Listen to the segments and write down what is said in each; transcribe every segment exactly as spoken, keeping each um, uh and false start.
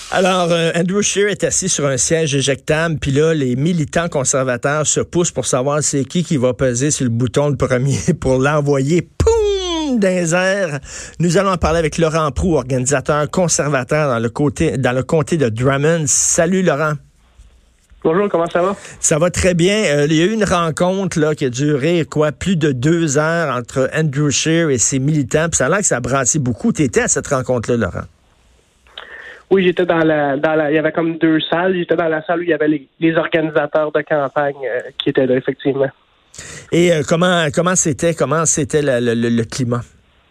Alors, euh, Andrew Scheer est assis sur un siège éjectable, puis là, les militants conservateurs se poussent pour savoir c'est qui qui va peser sur le bouton le premier pour l'envoyer, poum, dans les airs. Nous allons en parler avec Laurent Proulx, organisateur conservateur dans le, côté, dans le comté de Drummond. Salut, Laurent. Bonjour, comment ça va? Ça va très bien. Euh, il y a eu une rencontre là qui a duré quoi plus de deux heures entre Andrew Scheer et ses militants, puis ça a l'air que ça a brassé beaucoup. Tu étais à cette rencontre-là, Laurent? Oui, j'étais dans la, dans la, il y avait comme deux salles. J'étais dans la salle où il y avait les, les organisateurs de campagne euh, qui étaient là, effectivement. Et euh, comment, comment c'était, comment c'était le, le, le climat?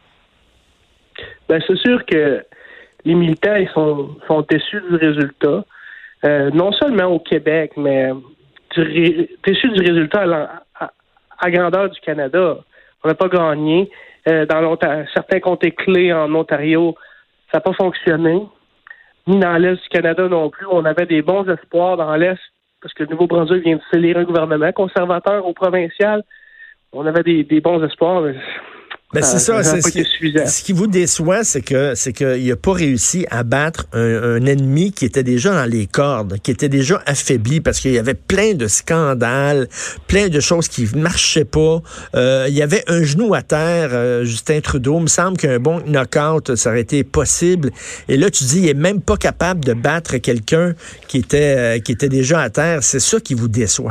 Ben, c'est sûr que les militants, ils sont, sont déçus du résultat. Euh, non seulement au Québec, mais du ré, déçus du résultat à, la, à, à grandeur du Canada. On n'a pas gagné. Euh, dans certains comtés clés en Ontario, ça n'a pas fonctionné. Ni dans l'Est du Canada non plus. On avait des bons espoirs dans l'Est, parce que le Nouveau-Brunswick vient de sceller un gouvernement conservateur au provincial. On avait des, des bons espoirs, mais ben ça, c'est ça, ça c'est ce, qui, ce qui vous déçoit, c'est que c'est qu'il n'a pas réussi à battre un, un ennemi qui était déjà dans les cordes, qui était déjà affaibli, parce qu'il y avait plein de scandales, plein de choses qui marchaient pas. Euh, il y avait un genou à terre, euh, Justin Trudeau. Il me semble qu'un bon knock-out, ça aurait été possible. Et là, tu dis, il est même pas capable de battre quelqu'un qui était, euh, qui était déjà à terre. C'est ça qui vous déçoit.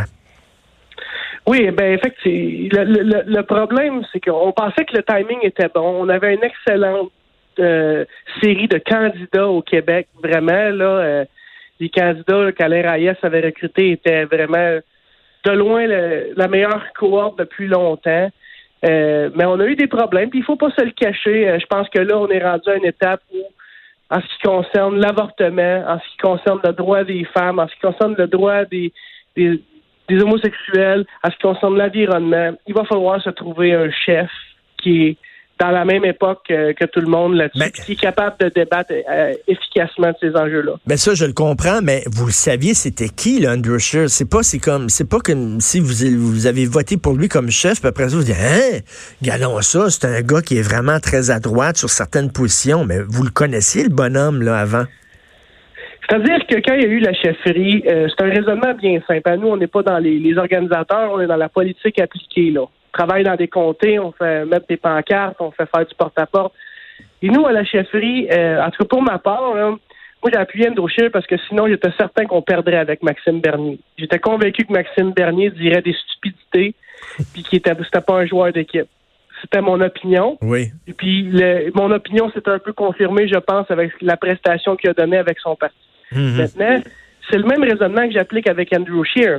Oui, ben effectivement. Le, le, le problème, c'est qu'on pensait que le timing était bon. On avait une excellente euh, série de candidats au Québec. Vraiment, là, euh, les candidats qu'Alain Reyes avait recrutés étaient vraiment de loin le, la meilleure cohorte depuis longtemps. Euh, mais on a eu des problèmes, puis il faut pas se le cacher. Euh, je pense que là, on est rendu à une étape où, en ce qui concerne l'avortement, en ce qui concerne le droit des femmes, en ce qui concerne le droit des, des des homosexuels, à ce qui concerne l'environnement, il va falloir se trouver un chef qui est dans la même époque que, que tout le monde là-dessus, mais, qui est capable de débattre euh, efficacement de ces enjeux-là. Ben ça, je le comprends, mais vous le saviez, c'était qui, là, Andrew Scheer? C'est pas, c'est comme, c'est pas comme si vous, vous avez voté pour lui comme chef, puis après ça, vous dites, hein, galons ça, c'est un gars qui est vraiment très à droite sur certaines positions, mais vous le connaissiez, le bonhomme, là, avant? C'est-à-dire que quand il y a eu la chefferie, euh, c'est un raisonnement bien simple. À nous, on n'est pas dans les, les organisateurs, on est dans la politique appliquée, là. On travaille dans des comtés, on fait mettre des pancartes, on fait faire du porte-à-porte. Et nous, à la chefferie, euh, en tout cas pour ma part, là, moi j'ai appuyé Andrew Scheer parce que sinon j'étais certain qu'on perdrait avec Maxime Bernier. J'étais convaincu que Maxime Bernier dirait des stupidités puis qu'il était, c'était pas un joueur d'équipe. C'était mon opinion. Oui. Et puis le, mon opinion s'est un peu confirmée, je pense, avec la prestation qu'il a donnée avec son parti. Mm-hmm. Maintenant, c'est le même raisonnement que j'applique avec Andrew Scheer.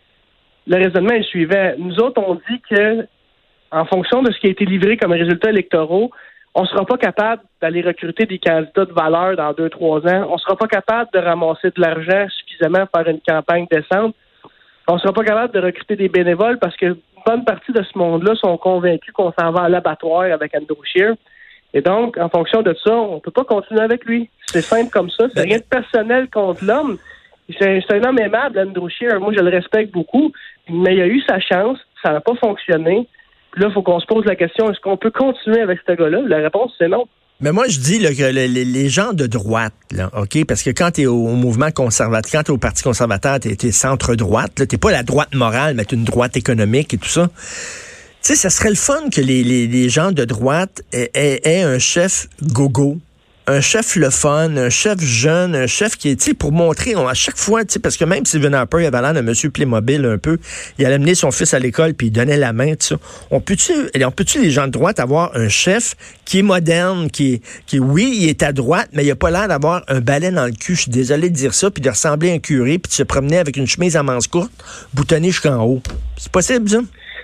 Le raisonnement est le suivant. Nous autres, on dit que, en fonction de ce qui a été livré comme résultats électoraux, on ne sera pas capable d'aller recruter des candidats de valeur dans deux, trois ans. On ne sera pas capable de ramasser de l'argent suffisamment pour faire une campagne décente. On ne sera pas capable de recruter des bénévoles parce que une bonne partie de ce monde-là sont convaincus qu'on s'en va à l'abattoir avec Andrew Scheer. Et donc, en fonction de ça, on ne peut pas continuer avec lui. C'est simple comme ça. C'est rien de personnel contre l'homme. C'est, c'est un homme aimable, Andrew Scheer. Moi, je le respecte beaucoup. Mais il a eu sa chance. Ça n'a pas fonctionné. Puis là, il faut qu'on se pose la question, est-ce qu'on peut continuer avec ce gars-là? La réponse, c'est non. Mais moi, je dis là, que les, les gens de droite, là, OK? Parce que quand tu es au, au mouvement conservateur, quand tu es au Parti conservateur, tu es centre-droite. Tu n'es pas la droite morale, mais tu es une droite économique et tout ça. Tu sais, ça serait le fun que les, les, les gens de droite aient, aient, aient un chef gogo, un chef le fun, un chef jeune, un chef qui est, tu sais, pour montrer, on, à chaque fois, tu sais, parce que même Stephen Harper, il avait l'air de monsieur Playmobil un peu, il allait amener son fils à l'école puis il donnait la main, tout ça. On peut-tu, on peut-tu, les gens de droite, avoir un chef qui est moderne, qui est, qui, oui, il est à droite, mais il a pas l'air d'avoir un balai dans le cul, je suis désolé de dire ça, puis de ressembler à un curé, puis de se promener avec une chemise à manches courtes, boutonnée jusqu'en haut. C'est possible, ça?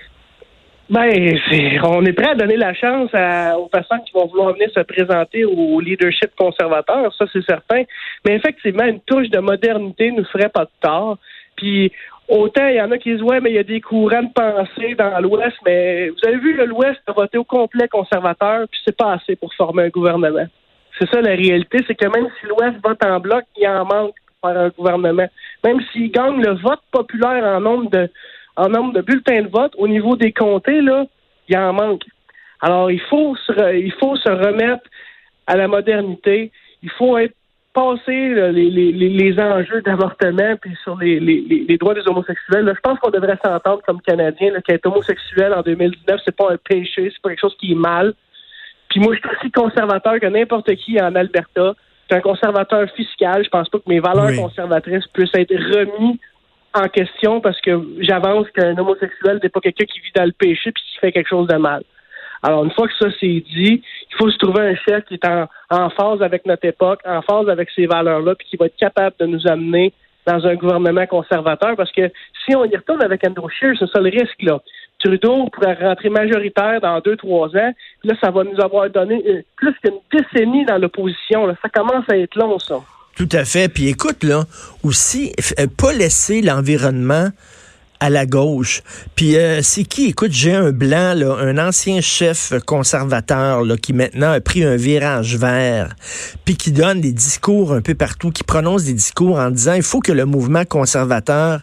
Ben, c'est, on est prêt à donner la chance à, aux personnes qui vont vouloir venir se présenter au leadership conservateur, ça c'est certain. Mais effectivement, une touche de modernité nous ferait pas de tort. Puis autant il y en a qui disent ouais, mais il y a des courants de pensée dans l'Ouest, mais vous avez vu, l'Ouest a voté au complet conservateur, puis c'est pas assez pour former un gouvernement. C'est ça la réalité, c'est que même si l'Ouest vote en bloc, il en manque pour faire un gouvernement. Même s'il gagne le vote populaire en nombre de en nombre de bulletins de vote, au niveau des comtés, là, il en manque. Alors, il faut se, re, il faut se remettre à la modernité. Il faut être passer là, les, les, les enjeux d'avortement puis sur les, les, les droits des homosexuels, là, je pense qu'on devrait s'entendre comme Canadiens là, qu'être homosexuel en deux mille dix-neuf, c'est pas un péché, c'est pas quelque chose qui est mal. Puis moi, je suis aussi conservateur que n'importe qui en Alberta. Je suis un conservateur fiscal. Je pense pas que mes valeurs oui. conservatrices puissent être remises en question parce que j'avance qu'un homosexuel n'est pas quelqu'un qui vit dans le péché puis qui fait quelque chose de mal. Alors, une fois que ça c'est dit, il faut se trouver un chef qui est en, en phase avec notre époque, en phase avec ces valeurs-là, puis qui va être capable de nous amener dans un gouvernement conservateur, parce que si on y retourne avec Andrew Scheer, c'est ça le risque, là. Trudeau pourrait rentrer majoritaire dans deux, trois ans, puis là, ça va nous avoir donné euh, plus qu'une décennie dans l'opposition, là. Ça commence à être long, ça. Tout à fait. Puis écoute, là, aussi, euh, pas laisser l'environnement à la gauche. Puis euh, c'est qui? Écoute, j'ai un blanc, là, un ancien chef conservateur là, qui maintenant a pris un virage vert, puis qui donne des discours un peu partout, qui prononce des discours en disant il faut que le mouvement conservateur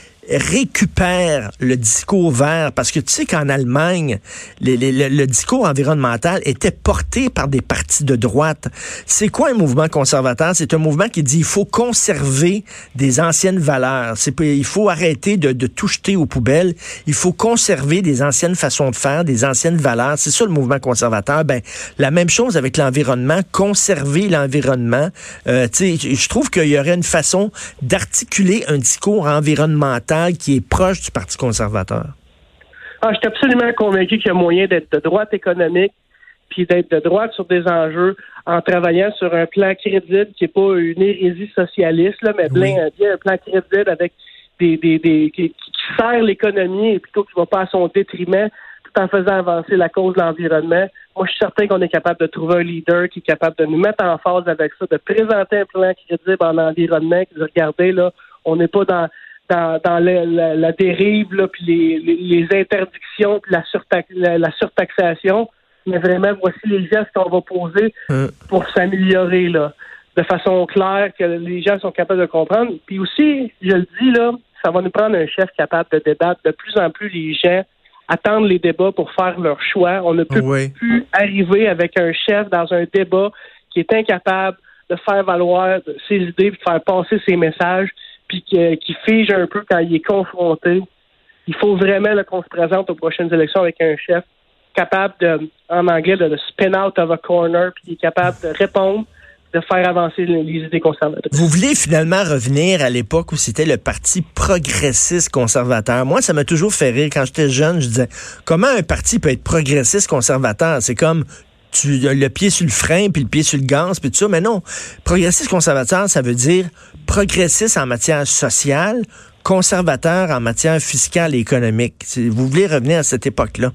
récupère le discours vert, parce que tu sais qu'en Allemagne, les, les, le, le discours environnemental était porté par des partis de droite. C'est quoi un mouvement conservateur? C'est un mouvement qui dit il faut conserver des anciennes valeurs. C'est, il faut arrêter de, de tout jeter aux poubelles. Il faut conserver des anciennes façons de faire, des anciennes valeurs. C'est ça le mouvement conservateur. Ben, la même chose avec l'environnement, conserver l'environnement. Euh, tu sais, je trouve qu'il y aurait une façon d'articuler un discours environnemental qui est proche du Parti conservateur. Ah, je suis absolument convaincu qu'il y a moyen d'être de droite économique puis d'être de droite sur des enjeux en travaillant sur un plan crédible qui n'est pas une hérésie socialiste, là, mais oui. bien un plan crédible avec des, des, des qui, qui sert l'économie et plutôt qui ne va pas à son détriment tout en faisant avancer la cause de l'environnement. Moi, je suis certain qu'on est capable de trouver un leader qui est capable de nous mettre en phase avec ça, de présenter un plan crédible en environnement, qui dit, regardez, là, on n'est pas dans dans, dans la, la, la dérive, là, puis les, les, les interdictions, puis la, surtax, la, la surtaxation, mais vraiment, voici les gestes qu'on va poser mmh. pour s'améliorer, là, de façon claire, que les gens sont capables de comprendre. Puis aussi, je le dis, là, ça va nous prendre un chef capable de débattre. De plus en plus, les gens attendent les débats pour faire leur choix. On ne peut oui. plus arriver avec un chef dans un débat qui est incapable de faire valoir ses idées, puis de faire passer ses messages, puis qui, qui fige un peu quand il est confronté. Il faut vraiment là, qu'on se présente aux prochaines élections avec un chef capable de, en anglais, de, de spin out of a corner, puis qui est capable de répondre, de faire avancer les, les idées conservatrices. Vous voulez finalement revenir à l'époque où c'était le parti progressiste conservateur. Moi, ça m'a toujours fait rire. Quand j'étais jeune, je disais, comment un parti peut être progressiste conservateur? C'est comme tu as le pied sur le frein, puis le pied sur le gaz, puis tout ça. Mais non, progressiste conservateur, ça veut dire progressiste en matière sociale, conservateur en matière fiscale et économique. Vous voulez revenir à cette époque-là?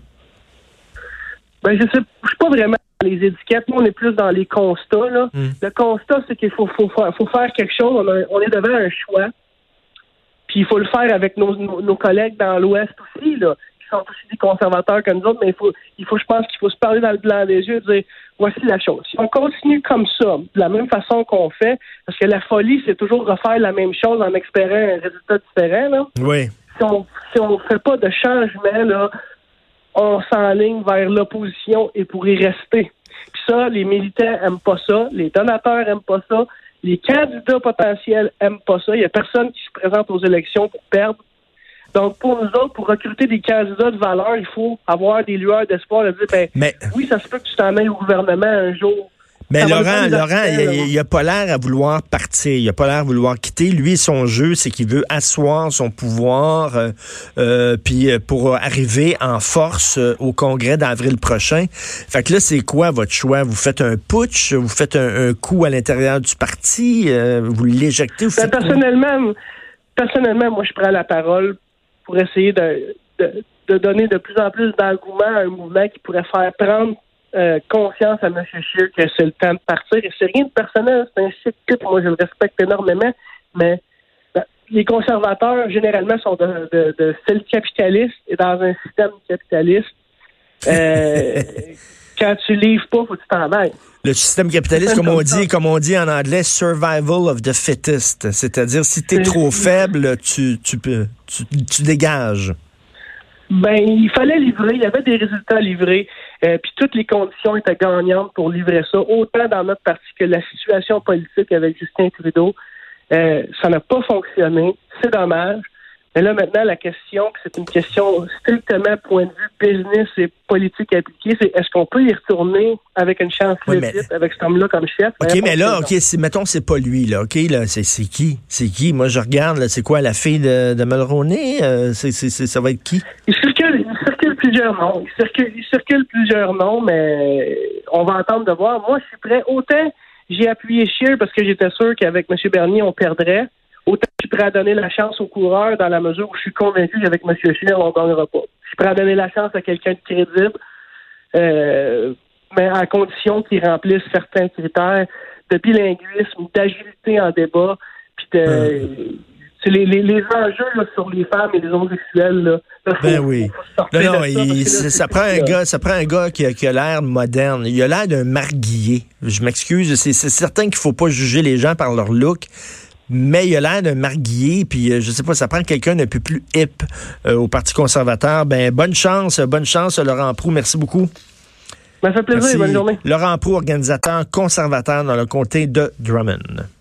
Ben, je sais, je suis pas vraiment dans les étiquettes. Nous, on est plus dans les constats, là. Mm. Le constat, c'est qu'il faut, faut, faut, faut faire quelque chose. On, a, on est devant un choix. Puis il faut le faire avec nos, nos, nos collègues dans l'Ouest aussi, là, qui sont aussi des conservateurs comme nous autres, mais il faut, il faut, je pense qu'il faut se parler dans le blanc des yeux et dire, voici la chose. Si on continue comme ça, de la même façon qu'on fait, parce que la folie, c'est toujours refaire la même chose en espérant un résultat différent, là. Oui. Si on, si on fait pas de changement, là, on s'enligne vers l'opposition et pour y rester. Puis ça, les militants aiment pas ça, les donateurs aiment pas ça, les candidats potentiels aiment pas ça. Il y a personne qui se présente aux élections pour perdre. Donc, pour nous autres, pour recruter des candidats de valeur, il faut avoir des lueurs d'espoir de dire, ben, mais, oui, ça se peut que tu t'en ailles au gouvernement un jour. Mais Laurent, Laurent, il n'a pas l'air à vouloir partir, il n'a pas l'air à vouloir quitter. Lui, son jeu, c'est qu'il veut asseoir son pouvoir, euh, euh, puis pour arriver en force euh, au congrès d'avril prochain. Fait que là, c'est quoi votre choix? Vous faites un putsch, vous faites un, un coup à l'intérieur du parti, euh, vous l'éjectez? Vous ben, faites personnellement, personnellement, moi, je prends la parole pour essayer de, de, de donner de plus en plus d'engouement à un mouvement qui pourrait faire prendre Euh, conscience à M. Scheer que c'est le temps de partir. Et c'est rien de personnel, c'est un site type, moi je le respecte énormément, mais ben, les conservateurs, généralement, sont de, de, de style capitaliste, et dans un système capitaliste, euh, quand tu livres pas, faut que tu t'en ailles. Le système capitaliste, comme on dit, comme on dit en anglais, survival of the fittest. C'est-à-dire, si tu es trop faible, tu, tu, peux, tu, tu dégages. Ben, il fallait livrer, il y avait des résultats à livrer. Euh, puis toutes les conditions étaient gagnantes pour livrer ça, autant dans notre parti que la situation politique avec Justin Trudeau. Euh, ça n'a pas fonctionné. C'est dommage. Mais là, maintenant, la question, c'est une question strictement point de vue business et politique appliquée, c'est est-ce qu'on peut y retourner avec une chance oui, legit, mais... avec cet homme-là comme chef? OK, mais là, OK, si, mettons, c'est pas lui, là, OK, là, c'est, c'est qui? C'est qui? Moi, je regarde, là, c'est quoi, la fille de, de Mulroney? Euh, c'est, c'est, c'est, ça va être qui? Il circule, il circule plusieurs noms. Il circule, il circule plusieurs noms, mais on va attendre de voir. Moi, je suis prêt. Autant j'ai appuyé Scheer parce que j'étais sûr qu'avec M. Bernier, on perdrait. Autant je suis prêt à donner la chance aux coureurs dans la mesure où je suis convaincu qu'avec M. Scheer, on ne gagnera pas. Je suis prêt à donner la chance à quelqu'un de crédible, euh, mais à condition qu'il remplisse certains critères de bilinguisme, d'agilité en débat, puis de... Hum. C'est les, les, les enjeux là, sur les femmes et les homosexuels. Là. Là, faut, ben oui. Faut non, non, ça, il, là, ça, prend un gars, ça prend un gars qui a, qui a l'air moderne. Il a l'air d'un marguillier. Je m'excuse. C'est, c'est certain qu'il faut pas juger les gens par leur look. Mais il a l'air d'un marguillier, puis euh, je sais pas, ça prend quelqu'un d'un peu plus hip euh, au Parti conservateur. Ben, bonne chance, bonne chance, Laurent Proulx. Merci beaucoup. Ça fait plaisir, Merci. Bonne journée. Laurent Proulx, organisateur conservateur dans le comté de Drummond.